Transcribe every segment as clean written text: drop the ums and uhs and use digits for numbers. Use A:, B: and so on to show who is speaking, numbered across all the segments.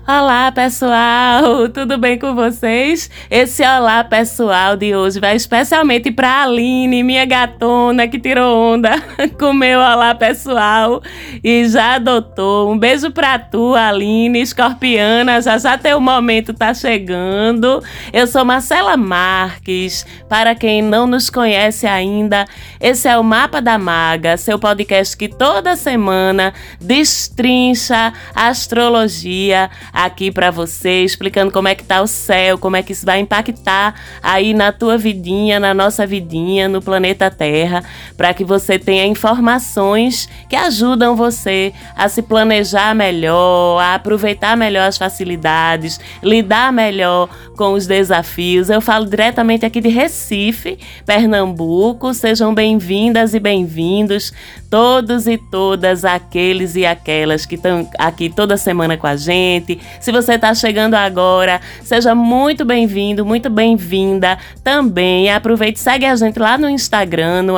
A: Olá, pessoal! Tudo bem com vocês? Esse olá, pessoal, de hoje vai especialmente para a Aline, minha gatona que tirou onda com o meu olá, pessoal, e já adotou. Um beijo para tu, Aline, escorpiana, já teu momento tá chegando. Eu sou Marcela Marques. Para quem não nos conhece ainda, esse é o Mapa da Maga, seu podcast que toda semana destrincha a astrologia aqui para você, explicando como é que tá o céu, como é que isso vai impactar aí na tua vidinha, na nossa vidinha, no planeta Terra, para que você tenha informações que ajudam você a se planejar melhor, a aproveitar melhor as facilidades, lidar melhor com os desafios. Eu falo diretamente aqui de Recife, Pernambuco. Sejam bem-vindas e bem-vindos todos e todas aqueles e aquelas que estão aqui toda semana com a gente. Se você está chegando agora, seja muito bem-vindo, muito bem-vinda também. Aproveite e segue a gente lá no Instagram, no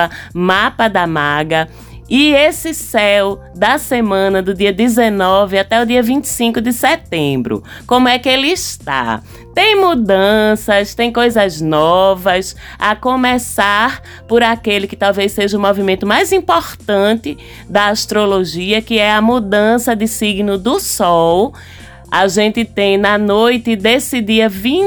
A: @mapadamaga. E esse céu da semana do dia 19 até o dia 25 de setembro, como é que ele está? Tem mudanças, tem coisas novas, a começar por aquele que talvez seja o movimento mais importante da astrologia, que é a mudança de signo do Sol. A gente tem na noite desse dia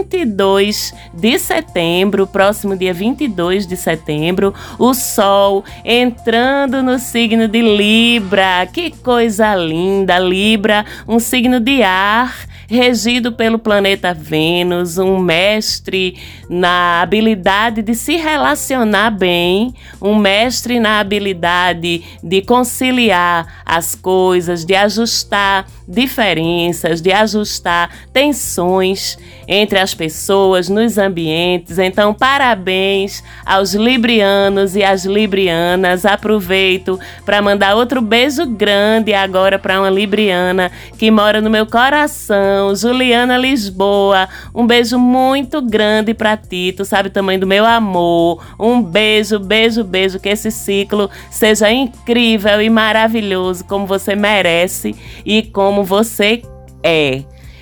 A: 22 de setembro, próximo dia 22 de setembro, o Sol entrando no signo de Libra. Que coisa linda! Libra, um signo de ar, regido pelo planeta Vênus, um mestre na habilidade de se relacionar bem, um mestre na habilidade de conciliar as coisas, de ajustar diferenças, de ajustar tensões entre as pessoas, nos ambientes. Então, parabéns aos librianos e às librianas. Aproveito para mandar outro beijo grande agora para uma libriana que mora no meu coração, Juliana Lisboa. Um beijo muito grande para ti, tu sabe o tamanho do meu amor. Um beijo, beijo, beijo, que esse ciclo seja incrível e maravilhoso como você merece e como você é.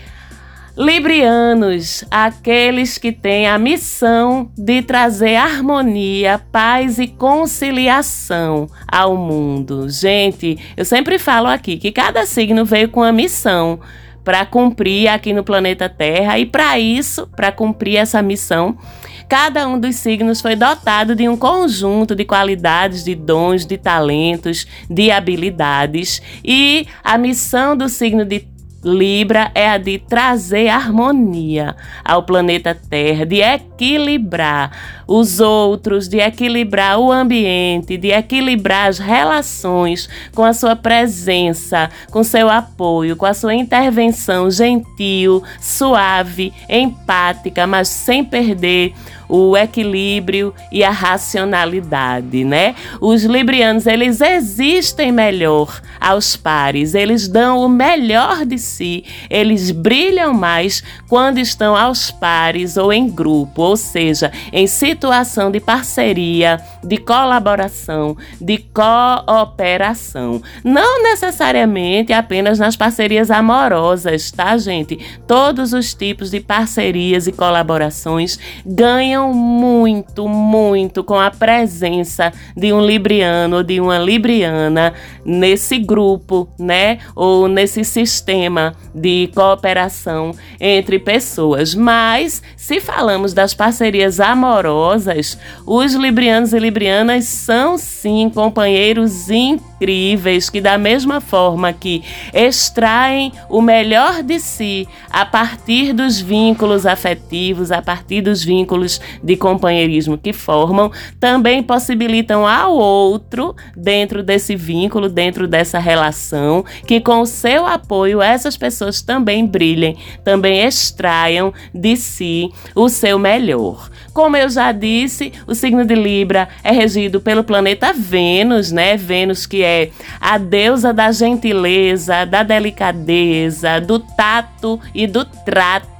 A: Librianos, aqueles que têm a missão de trazer harmonia, paz e conciliação ao mundo. Gente, eu sempre falo aqui que cada signo veio com a missão para cumprir aqui no planeta Terra, e para isso, para cumprir essa missão, cada um dos signos foi dotado de um conjunto de qualidades, de dons, de talentos, de habilidades, e a missão do signo de Libra é a de trazer harmonia ao planeta Terra, de equilibrar os outros, de equilibrar o ambiente, de equilibrar as relações com a sua presença, com seu apoio, com a sua intervenção gentil, suave, empática, mas sem perder o equilíbrio e a racionalidade, né? Os librianos, eles existem melhor aos pares, eles dão o melhor de si, eles brilham mais quando estão aos pares ou em grupo, ou seja, em situação de parceria, de colaboração, de cooperação. Não necessariamente apenas nas parcerias amorosas, tá, gente? Todos os tipos de parcerias e colaborações ganham muito, muito com a presença de um libriano ou de uma libriana nesse grupo, né? Ou nesse sistema de cooperação entre pessoas. Mas, se falamos das parcerias amorosas, os librianos e librianas são, sim, companheiros incríveis que, da mesma forma que extraem o melhor de si a partir dos vínculos afetivos, a partir dos vínculos de companheirismo que formam, também possibilitam ao outro, dentro desse vínculo, dentro dessa relação, que com o seu apoio essas pessoas também brilhem, também extraiam de si o seu melhor. Como eu já disse, o signo de Libra é regido pelo planeta Vênus, né? Vênus, que é a deusa da gentileza, da delicadeza, do tato e do trato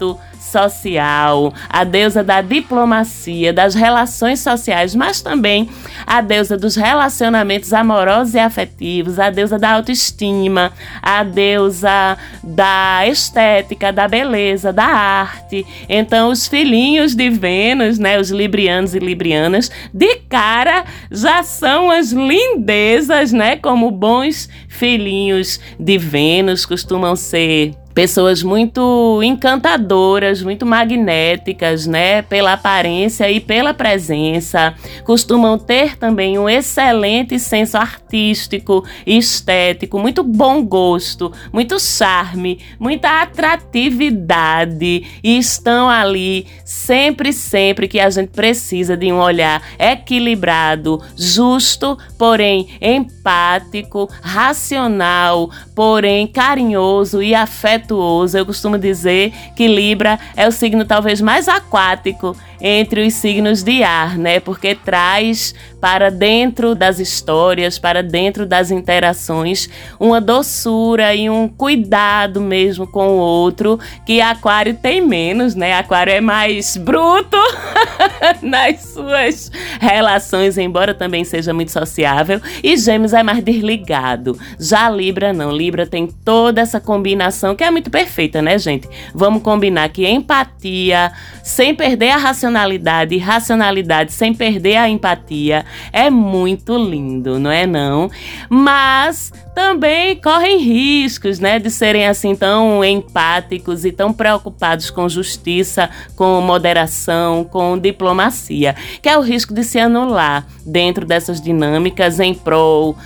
A: social, a deusa da diplomacia, das relações sociais, mas também a deusa dos relacionamentos amorosos e afetivos, a deusa da autoestima, a deusa da estética, da beleza, da arte. Então, os filhinhos de Vênus, né, os librianos e librianas, de cara já são as lindezas, né, como bons filhinhos de Vênus, costumam ser pessoas muito encantadoras, muito magnéticas, né? Pela aparência e pela presença. Costumam ter também um excelente senso artístico e estético, muito bom gosto, muito charme, muita atratividade. E estão ali sempre que a gente precisa de um olhar equilibrado, justo, porém empático, racional, porém carinhoso e afetivo. Eu costumo dizer que Libra é o signo talvez mais aquático entre os signos de ar, né? Porque traz para dentro das histórias, para dentro das interações, uma doçura e um cuidado mesmo com o outro, que Aquário tem menos, né? Aquário é mais bruto nas suas relações, embora também seja muito sociável, e Gêmeos é mais desligado. Já Libra não, Libra tem toda essa combinação que é muito perfeita, né, gente? Vamos combinar que empatia, sem perder a racionalidade, e racionalidade sem perder a empatia, é muito lindo, não é não? Mas também correm riscos, né, de serem assim tão empáticos e tão preocupados com justiça, com moderação, com diplomacia, que é o risco de se anular dentro dessas dinâmicas em prol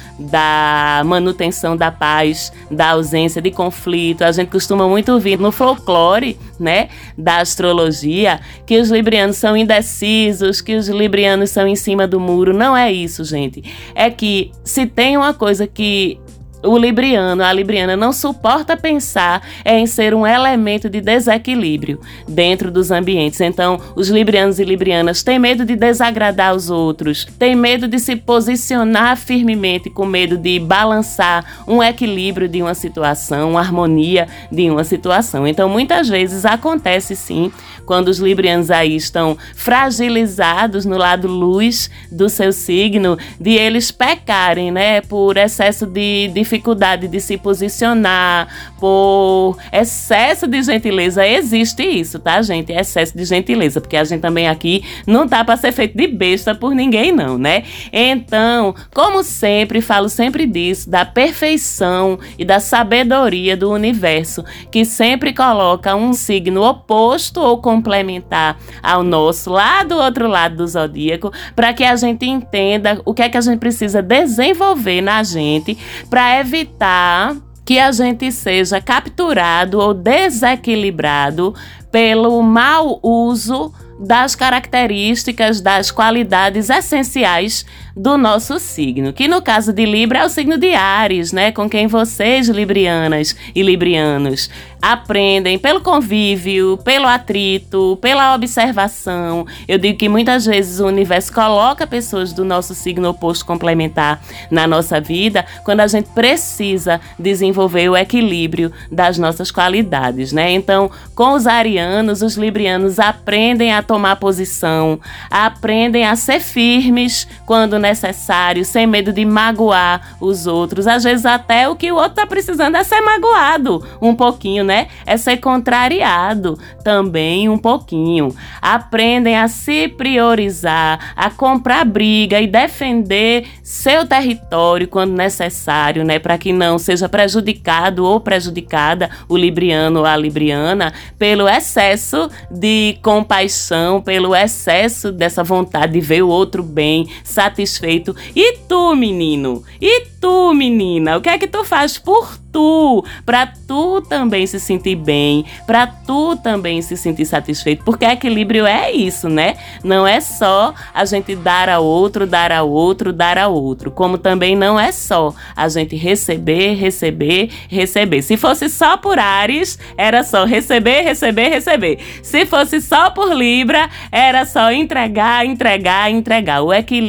A: da manutenção da paz, da ausência de conflito. A gente costuma muito ouvir no folclore, né, da astrologia, que os librianos são indecisos, que os librianos são em cima do muro. Não é isso, gente. É que se tem uma coisa que o libriano, a libriana não suporta pensar em ser um elemento de desequilíbrio dentro dos ambientes. Então, os librianos e librianas têm medo de desagradar os outros, têm medo de se posicionar firmemente, com medo de balançar um equilíbrio de uma situação, uma harmonia de uma situação. Então, muitas vezes acontece sim, quando os librianos aí estão fragilizados no lado luz do seu signo, de eles pecarem, né, por excesso de dificuldade de se posicionar, por excesso de gentileza. Existe isso, tá, gente? Excesso de gentileza, porque a gente também aqui não tá para ser feito de besta por ninguém, não, né? Então, como sempre, falo sempre disso, da perfeição e da sabedoria do universo, que sempre coloca um signo oposto ou complementar ao nosso, lá do outro lado do zodíaco, para que a gente entenda o que é que a gente precisa desenvolver na gente para evitar que a gente seja capturado ou desequilibrado pelo mau uso das características, das qualidades essenciais do nosso signo, que no caso de Libra é o signo de Áries, né? Com quem vocês, librianas e librianos, aprendem pelo convívio, pelo atrito, pela observação. Eu digo que muitas vezes o universo coloca pessoas do nosso signo oposto complementar na nossa vida quando a gente precisa desenvolver o equilíbrio das nossas qualidades, né? Então, com os arianos, os librianos aprendem a tomar posição, aprendem a ser firmes quando necessário, sem medo de magoar os outros. Às vezes até o que o outro tá precisando é ser magoado um pouquinho, né? É ser contrariado também um pouquinho. Aprendem a se priorizar, a comprar briga e defender seu território quando necessário, né? Para que não seja prejudicado ou prejudicada o libriano ou a libriana pelo excesso de compaixão, pelo excesso dessa vontade de ver o outro bem, satisfeito. E tu, menino? E tu, menina? O que é que tu faz por tu? Pra tu também se sentir bem, pra tu também se sentir satisfeito, porque equilíbrio é isso, né? Não é só a gente dar a outro, dar a outro, dar a outro, como também não é só a gente receber, receber, receber. Se fosse só por Áries, era só receber, receber, receber. Se fosse só por Libra, era só entregar, entregar, entregar. O equilíbrio está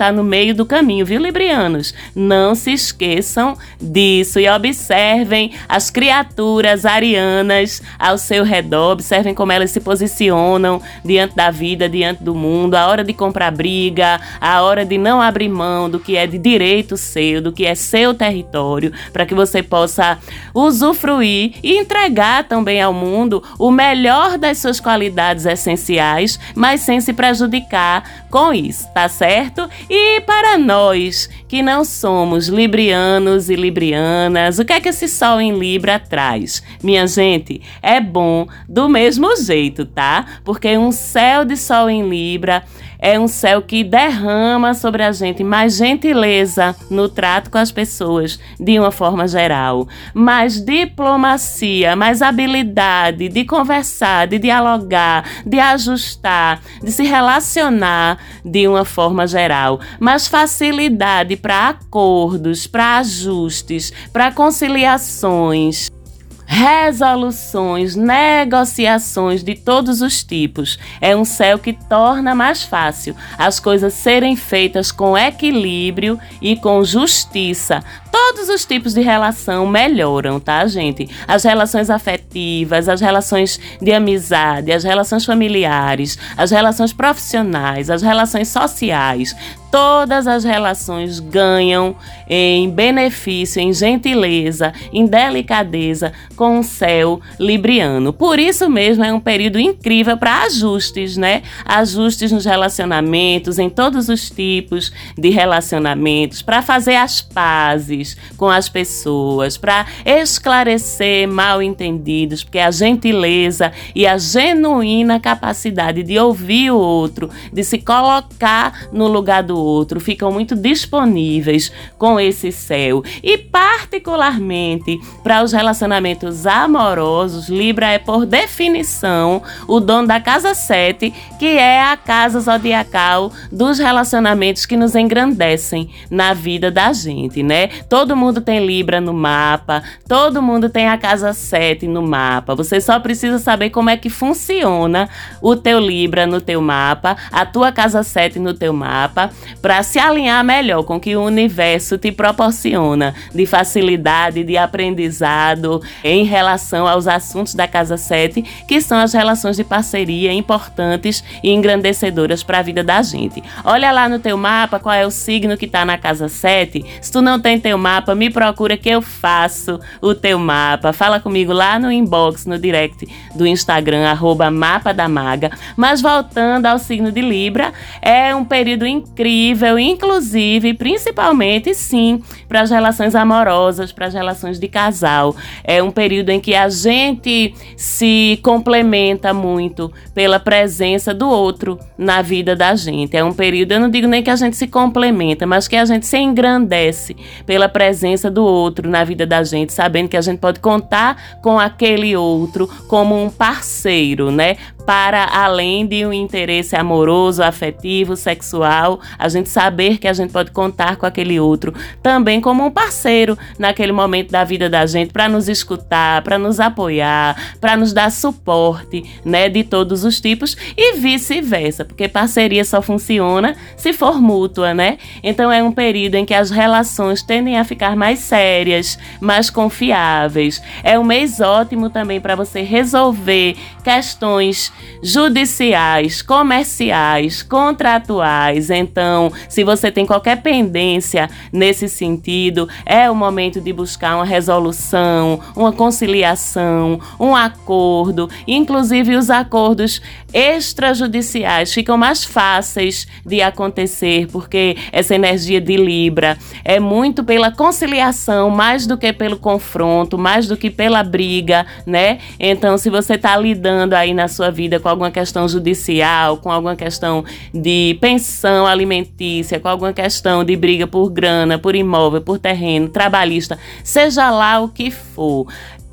A: está no meio do caminho, viu, librianos? Não se esqueçam disso e observem as criaturas arianas ao seu redor, observem como elas se posicionam diante da vida, diante do mundo, a hora de comprar briga, a hora de não abrir mão do que é de direito seu, do que é seu território, para que você possa usufruir e entregar também ao mundo o melhor das suas qualidades essenciais, mas sem se prejudicar com isso, tá certo? E para nós que não somos librianos e librianas, o que é que esse Sol em Libra traz? Minha gente, é bom do mesmo jeito, tá? Porque um céu de Sol em Libra é um céu que derrama sobre a gente mais gentileza no trato com as pessoas, de uma forma geral, mais diplomacia, mais habilidade de conversar, de dialogar, de ajustar, de se relacionar de uma forma geral, mais facilidade para acordos, para ajustes, para conciliações, resoluções, negociações de todos os tipos. É um céu que torna mais fácil as coisas serem feitas com equilíbrio e com justiça. Todos os tipos de relação melhoram, tá, gente? As relações afetivas, as relações de amizade, as relações familiares, as relações profissionais, as relações sociais. Todas as relações ganham em benefício, em gentileza, em delicadeza com o céu libriano. Por isso mesmo é um período incrível para ajustes, né? Ajustes nos relacionamentos, em todos os tipos de relacionamentos, para fazer as pazes com as pessoas, para esclarecer mal-entendidos, porque a gentileza e a genuína capacidade de ouvir o outro, de se colocar no lugar do outro, ficam muito disponíveis com esse céu. E particularmente para os relacionamentos amorosos, Libra é por definição o dono da casa 7, que é a casa zodiacal dos relacionamentos que nos engrandecem na vida da gente, né? Todo mundo tem Libra no mapa, todo mundo tem a casa 7 no mapa. Você só precisa saber como é que funciona o teu Libra no teu mapa, a tua casa 7 no teu mapa, para se alinhar melhor com o que o universo te proporciona de facilidade, de aprendizado em relação aos assuntos da casa 7, que são as relações de parceria importantes e engrandecedoras para a vida da gente. Olha lá no teu mapa qual é o signo que está na casa 7. Se tu não tem teu mapa, me procura que eu faço o teu mapa. Fala comigo lá no inbox, no direct do Instagram, @mapadamaga. Mas voltando ao signo de Libra, é um período incrível, inclusive, principalmente, sim, para as relações amorosas, para as relações de casal. É um período em que a gente se complementa muito pela presença do outro na vida da gente. É um período, eu não digo nem que a gente se complementa, mas que a gente se engrandece pela presença do outro na vida da gente, sabendo que a gente pode contar com aquele outro como um parceiro, né? Para além de um interesse amoroso, afetivo, sexual, a gente saber que a gente pode contar com aquele outro também como um parceiro naquele momento da vida da gente, para nos escutar, para nos apoiar, para nos dar suporte, né, de todos os tipos e vice-versa, porque parceria só funciona se for mútua, né? Então é um período em que as relações tendem a ficar mais sérias, mais confiáveis. É um mês ótimo também para você resolver questões judiciais, comerciais, contratuais. Então, se você tem qualquer pendência nesse sentido, é o momento de buscar uma resolução, uma conciliação, um acordo. Inclusive, os acordos extrajudiciais ficam mais fáceis de acontecer, porque essa energia de Libra é muito pela conciliação, mais do que pelo confronto, mais do que pela briga, né? Então, se você está lidando aí na sua vida com alguma questão judicial, com alguma questão de pensão alimentícia, com alguma questão de briga por grana, por imóvel, por terreno, trabalhista, seja lá o que for,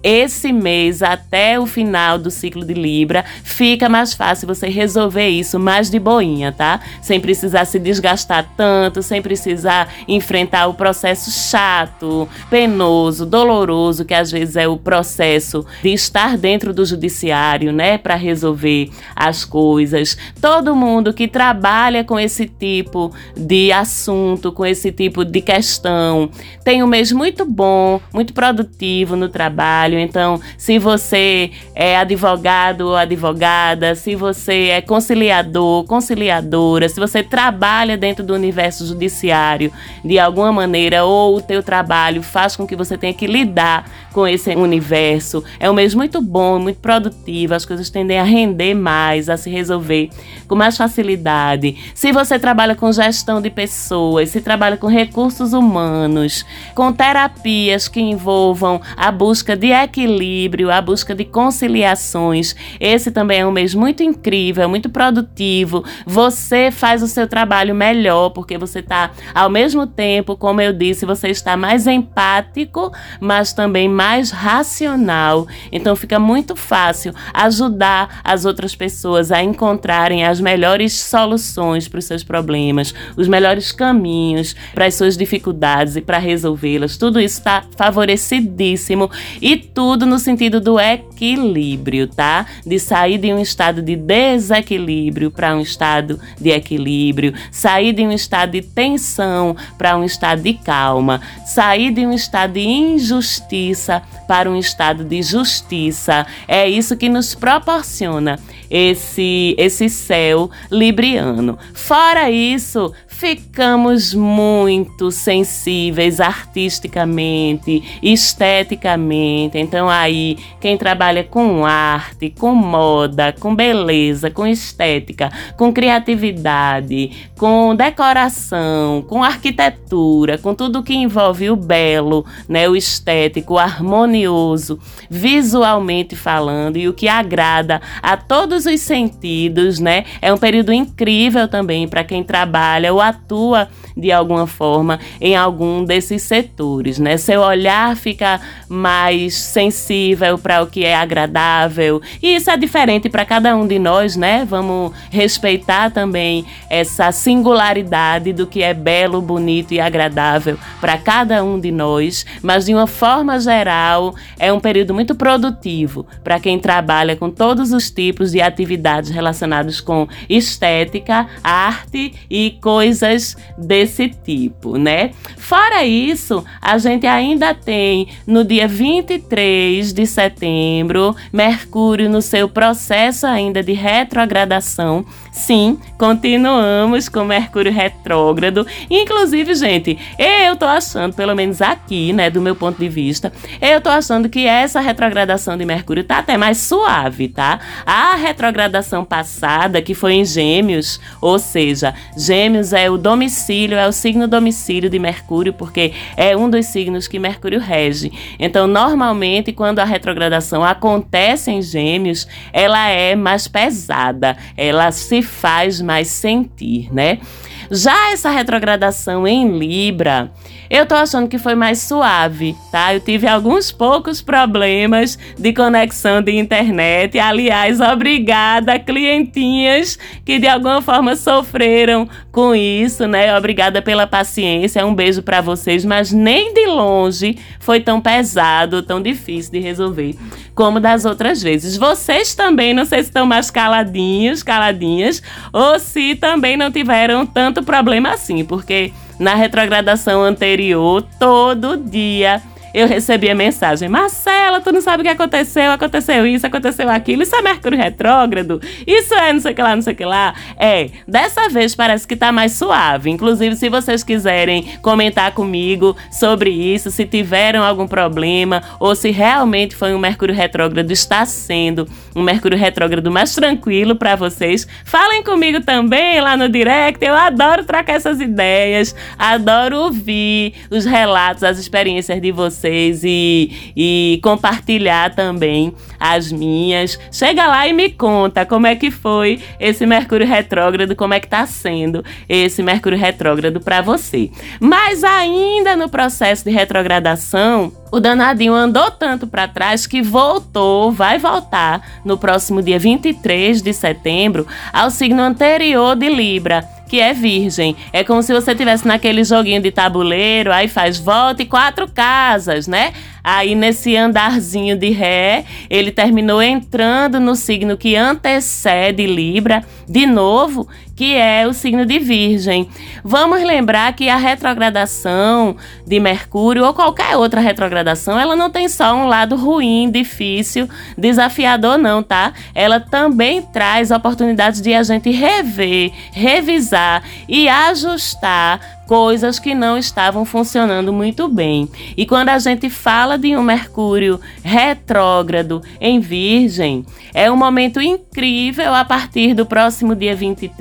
A: esse mês até o final do ciclo de Libra, fica mais fácil você resolver isso mais de boinha, tá? Sem precisar se desgastar tanto, sem precisar enfrentar o processo chato, penoso, doloroso, que às vezes é o processo de estar dentro do judiciário, né, para resolver as coisas. Todo mundo que trabalha com esse tipo de assunto, com esse tipo de questão, tem um mês muito bom, muito produtivo no trabalho. Então, se você é advogado ou advogada, se você é conciliador, conciliadora, se você trabalha dentro do universo judiciário de alguma maneira, ou o teu trabalho faz com que você tenha que lidar com esse universo, é um mês muito bom, muito produtivo, as coisas tendem a render mais, a se resolver com mais facilidade. Se você trabalha com gestão de pessoas, se trabalha com recursos humanos, com terapias que envolvam a busca de equilíbrio, a busca de conciliações, esse também é um mês muito incrível, muito produtivo. Você faz o seu trabalho melhor, porque você está, ao mesmo tempo, como eu disse, você está mais empático, mas também mais racional. Então fica muito fácil ajudar as outras pessoas a encontrarem as melhores soluções para os seus problemas, os melhores caminhos para as suas dificuldades e para resolvê-las. Tudo isso está favorecidíssimo, e tudo no sentido do equilíbrio, tá? De sair de um estado de desequilíbrio para um estado de equilíbrio, sair de um estado de tensão para um estado de calma, sair de um estado de injustiça para um estado de justiça. É isso que nos proporciona esse céu libriano. Fora isso, ficamos muito sensíveis artisticamente, esteticamente. Então aí, quem trabalha com arte, com moda, com beleza, com estética, com criatividade, com decoração, com arquitetura, com tudo que envolve o belo, né, o estético, o harmonioso, visualmente falando, e o que agrada a todos os sentidos, né? É um período incrível também para quem trabalha ou atua de alguma forma em algum desses setores, né? Seu olhar fica mais sensível para o que é agradável, e isso é diferente para cada um de nós, né? Vamos respeitar também essa singularidade do que é belo, bonito e agradável para cada um de nós, mas de uma forma geral é um período muito produtivo para quem trabalha com todos os tipos de atividades relacionadas com estética, arte e coisas desse tipo, né? Fora isso, a gente ainda tem no dia 23 de setembro, Mercúrio no seu processo ainda de retrogradação. Sim, continuamos com Mercúrio retrógrado. Inclusive, gente, eu tô achando, pelo menos aqui, né, do meu ponto de vista, eu tô achando que essa retrogradação de Mercúrio tá até mais suave, tá? A retrogradação passada, que foi em Gêmeos, ou seja, Gêmeos é o domicílio, é o signo domicílio de Mercúrio, porque é um dos signos que Mercúrio rege. Então, normalmente, quando a retrogradação acontece em Gêmeos, ela é mais pesada, ela se faz mais sentir, né? Já essa retrogradação em Libra, eu tô achando que foi mais suave, tá? Eu tive alguns poucos problemas de conexão de internet. Aliás, obrigada, clientinhas que de alguma forma sofreram com isso, né? Obrigada pela paciência, um beijo pra vocês, mas nem de longe foi tão pesado, tão difícil de resolver como das outras vezes. Vocês também, não sei se estão mais caladinhos, caladinhas, ou se também não tiveram tanto problema assim, porque na retrogradação anterior, todo dia eu recebia mensagem: Marcela, tu não sabe o que aconteceu, aconteceu isso, aconteceu aquilo, isso é Mercúrio retrógrado, isso é não sei o que lá, não sei o que lá. Dessa vez parece que tá mais suave. Inclusive, se vocês quiserem comentar comigo sobre isso, se tiveram algum problema, ou se realmente foi um Mercúrio retrógrado, está sendo um Mercúrio retrógrado mais tranquilo para vocês, falem comigo também lá no direct. Eu adoro trocar essas ideias, adoro ouvir os relatos, as experiências de vocês. vocês e compartilhar também as minhas. Chega lá e me conta como é que foi esse Mercúrio retrógrado, como é que tá sendo esse Mercúrio retrógrado para você. Mas ainda no processo de retrogradação, o danadinho andou tanto para trás que vai voltar no próximo dia 23 de setembro ao signo anterior de Libra, que é Virgem. É como se você estivesse naquele joguinho de tabuleiro, aí faz volta e 4 casas, né? Aí nesse andarzinho de ré, ele terminou entrando no signo que antecede Libra, de novo, que é o signo de Virgem. Vamos lembrar que a retrogradação de Mercúrio ou qualquer outra retrogradação, ela não tem só um lado ruim, difícil, desafiador não, tá? Ela também traz oportunidades de a gente rever, revisar e ajustar coisas que não estavam funcionando muito bem. E quando a gente fala de um Mercúrio retrógrado em Virgem, é um momento incrível a partir do próximo dia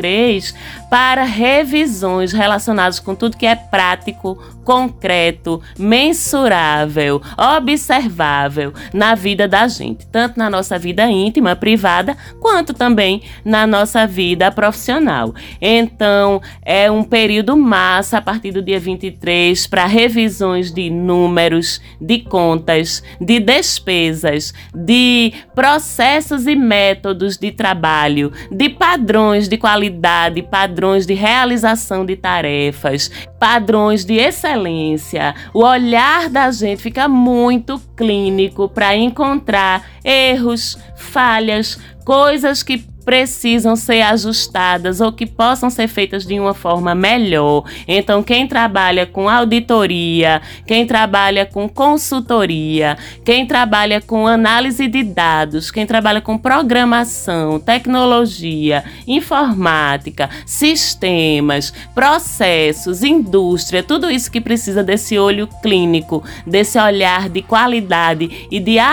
A: 23 para revisões relacionadas com tudo que é prático, concreto, mensurável, observável na vida da gente, tanto na nossa vida íntima, privada, quanto também na nossa vida profissional. Então, é um período massa a partir do dia 23 para revisões de números, de contas, de despesas, de processos e métodos de trabalho, de padrões de qualidade, padrões de realização de tarefas, padrões de excelência. O olhar da gente fica muito clínico para encontrar erros, falhas, coisas que precisam ser ajustadas ou que possam ser feitas de uma forma melhor. Então, quem trabalha com auditoria, quem trabalha com consultoria, quem trabalha com análise de dados, quem trabalha com programação, tecnologia, informática, sistemas, processos, indústria, tudo isso que precisa desse olho clínico, desse olhar de qualidade e de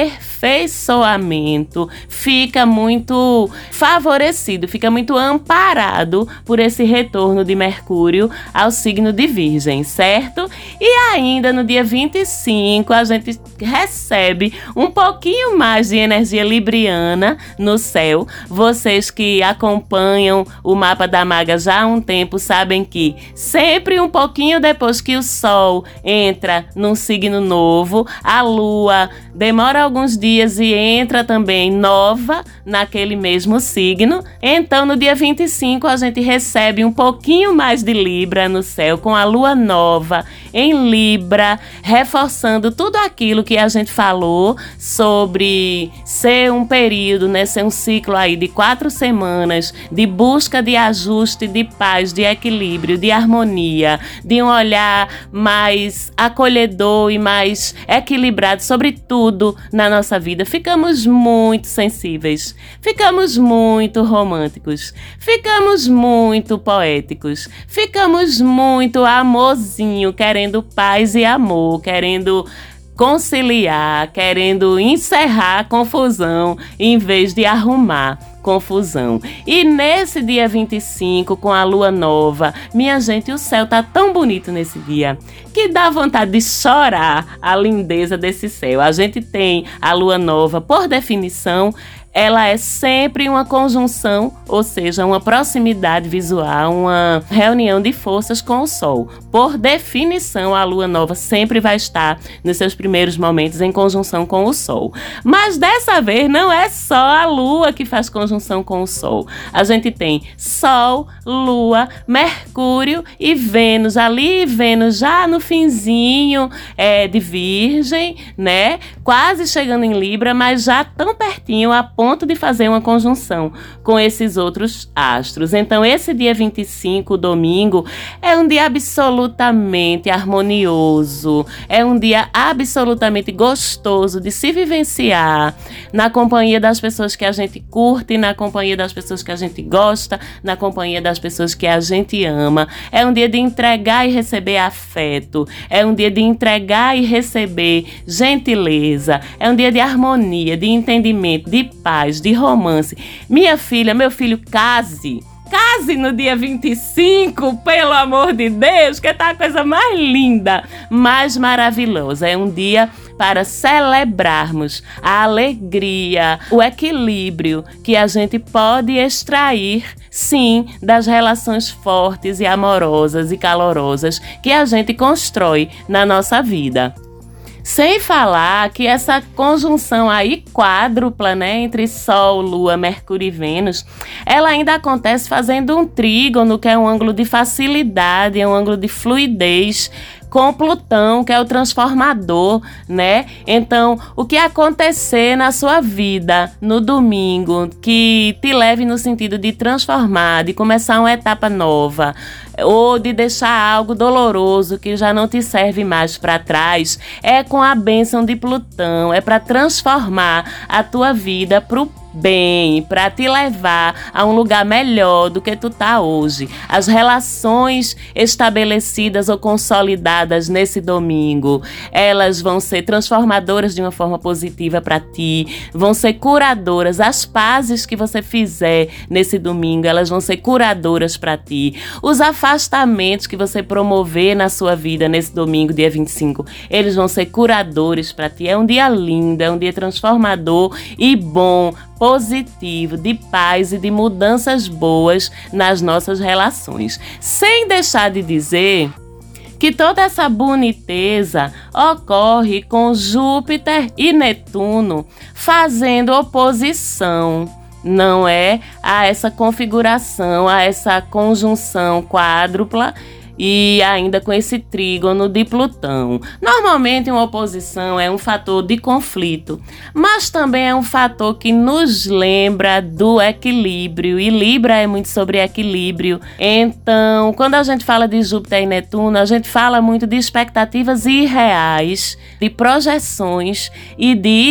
A: aperfeiçoamento, fica muito favorecido, fica muito amparado por esse retorno de Mercúrio ao signo de Virgem, certo? E ainda no dia 25 a gente recebe um pouquinho mais de energia libriana no céu. Vocês que acompanham o mapa da Maga já há um tempo sabem que sempre um pouquinho depois que o Sol entra num signo novo, a Lua demora alguns dias e entra também nova naquele mesmo signo. Então, no dia 25, a gente recebe um pouquinho mais de Libra no céu, com a Lua nova em Libra, reforçando tudo aquilo que a gente falou sobre ser um período, né, ser um ciclo aí de 4 semanas de busca de ajuste, de paz, de equilíbrio, de harmonia, de um olhar mais acolhedor e mais equilibrado sobre tudo na nossa vida. Ficamos muito sensíveis, ficamos muito românticos, ficamos muito poéticos, ficamos muito amorzinho, querendo paz e amor, querendo conciliar, querendo encerrar a confusão em vez de arrumar confusão. E nesse dia 25, com a lua nova, minha gente, o céu tá tão bonito nesse dia que dá vontade de chorar a lindeza desse céu. A gente tem a lua nova, por definição, ela é sempre uma conjunção, ou seja, uma proximidade visual, uma reunião de forças com o Sol. Por definição, a Lua Nova sempre vai estar nos seus primeiros momentos em conjunção com o Sol. Mas dessa vez não é só a Lua que faz conjunção com o Sol. A gente tem Sol, Lua, Mercúrio e Vênus. Ali Vênus já no finzinho de Virgem, né? Quase chegando em Libra, mas já tão pertinho a ponto de fazer uma conjunção com esses outros astros. Então, esse dia 25, domingo, é um dia absolutamente harmonioso, é um dia absolutamente gostoso de se vivenciar na companhia das pessoas que a gente curte, na companhia das pessoas que a gente gosta, na companhia das pessoas que a gente ama. É um dia de entregar e receber afeto, é um dia de entregar e receber gentileza, é um dia de harmonia, de entendimento, de paz, de romance. Minha filha, meu filho, case case no dia 25, pelo amor de Deus, que tá a coisa mais linda, mais maravilhosa. É um dia para celebrarmos a alegria, o equilíbrio que a gente pode extrair, sim, das relações fortes e amorosas e calorosas que a gente constrói na nossa vida. Sem falar que essa conjunção aí quádrupla, né, entre Sol, Lua, Mercúrio e Vênus, ela ainda acontece fazendo um trígono, que é um ângulo de facilidade, é um ângulo de fluidez, com Plutão, que é o transformador, né? Então, o que acontecer na sua vida no domingo que te leve no sentido de transformar, de começar uma etapa nova, ou de deixar algo doloroso que já não te serve mais para trás, é com a bênção de Plutão, é para transformar a tua vida pro bem, para te levar a um lugar melhor do que tu tá hoje. As relações estabelecidas ou consolidadas nesse domingo, elas vão ser transformadoras de uma forma positiva para ti, vão ser curadoras. As pazes que você fizer nesse domingo, elas vão ser curadoras para ti. Os afastamentos que você promover na sua vida nesse domingo, dia 25, eles vão ser curadores para ti. É um dia lindo, é um dia transformador e bom, positivo, de paz e de mudanças boas nas nossas relações. Sem deixar de dizer que toda essa boniteza ocorre com Júpiter e Netuno fazendo oposição, não é, a essa configuração, a essa conjunção quádrupla e ainda com esse trígono de Plutão. Normalmente uma oposição é um fator de conflito, mas também é um fator que nos lembra do equilíbrio, e Libra é muito sobre equilíbrio. Então, quando a gente fala de Júpiter e Netuno, a gente fala muito de expectativas irreais, de projeções e de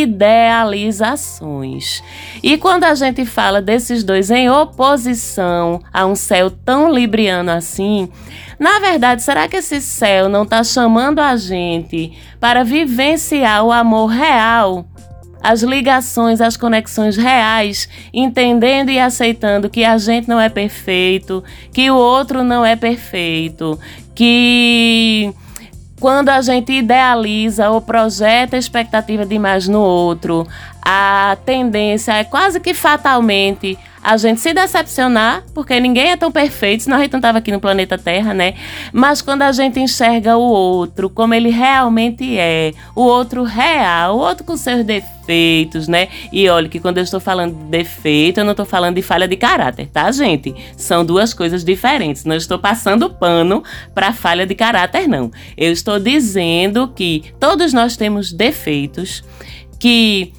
A: idealizações. E quando a gente fala desses dois em oposição a um céu tão libriano assim, na verdade, será que esse céu não está chamando a gente para vivenciar o amor real? As ligações, as conexões reais, entendendo e aceitando que a gente não é perfeito, que o outro não é perfeito, que quando a gente idealiza ou projeta a expectativa demais no outro, a tendência é quase que fatalmente a gente se decepcionar, porque ninguém é tão perfeito, senão a gente não estava aqui no planeta Terra, né? Mas quando a gente enxerga o outro como ele realmente é, o outro real, o outro com seus defeitos, né? E olha que quando eu estou falando de defeito, eu não estou falando de falha de caráter, tá, gente? São duas coisas diferentes. Não estou passando pano para falha de caráter, não. Eu estou dizendo que todos nós temos defeitos, que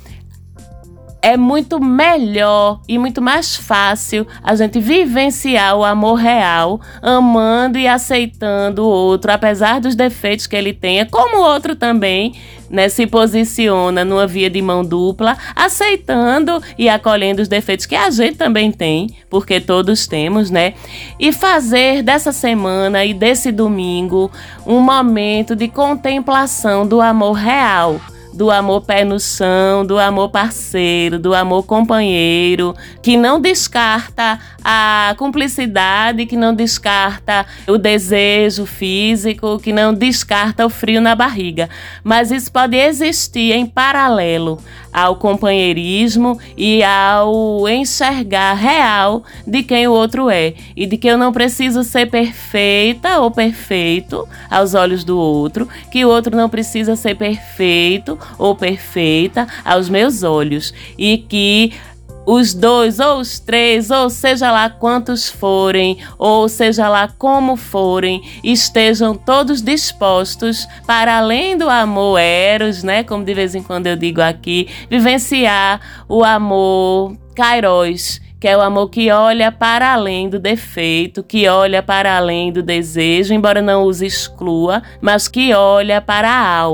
A: é muito melhor e muito mais fácil a gente vivenciar o amor real, amando e aceitando o outro, apesar dos defeitos que ele tenha, como o outro também, né, se posiciona numa via de mão dupla, aceitando e acolhendo os defeitos que a gente também tem, porque todos temos, né? E fazer dessa semana e desse domingo um momento de contemplação do amor real, do amor pé no chão, do amor parceiro, do amor companheiro, que não descarta a cumplicidade, que não descarta o desejo físico, que não descarta o frio na barriga. Mas isso pode existir em paralelo ao companheirismo e ao enxergar real de quem o outro é, e de que eu não preciso ser perfeita ou perfeito aos olhos do outro, que o outro não precisa ser perfeito ou perfeita aos meus olhos, e que os dois ou os três, ou seja lá quantos forem, ou seja lá como forem, estejam todos dispostos para, além do amor eros, né, como de vez em quando eu digo aqui, vivenciar o amor kairos, que é o amor que olha para além do defeito, que olha para além do desejo, embora não os exclua, mas que olha para a alma.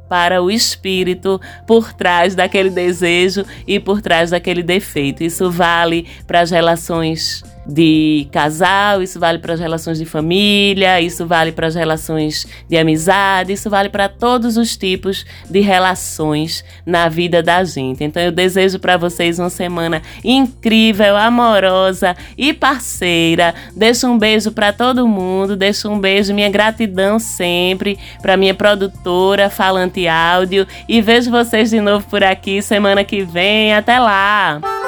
A: para o espírito por trás daquele desejo e por trás daquele defeito. Isso vale para as relações de casal, isso vale para as relações de família, isso vale para as relações de amizade, isso vale para todos os tipos de relações na vida da gente. Então eu desejo para vocês uma semana incrível, amorosa e parceira. Deixo um beijo para todo mundo, deixo um beijo, minha gratidão sempre para minha produtora Falante Áudio e vejo vocês de novo por aqui semana que vem. Até lá!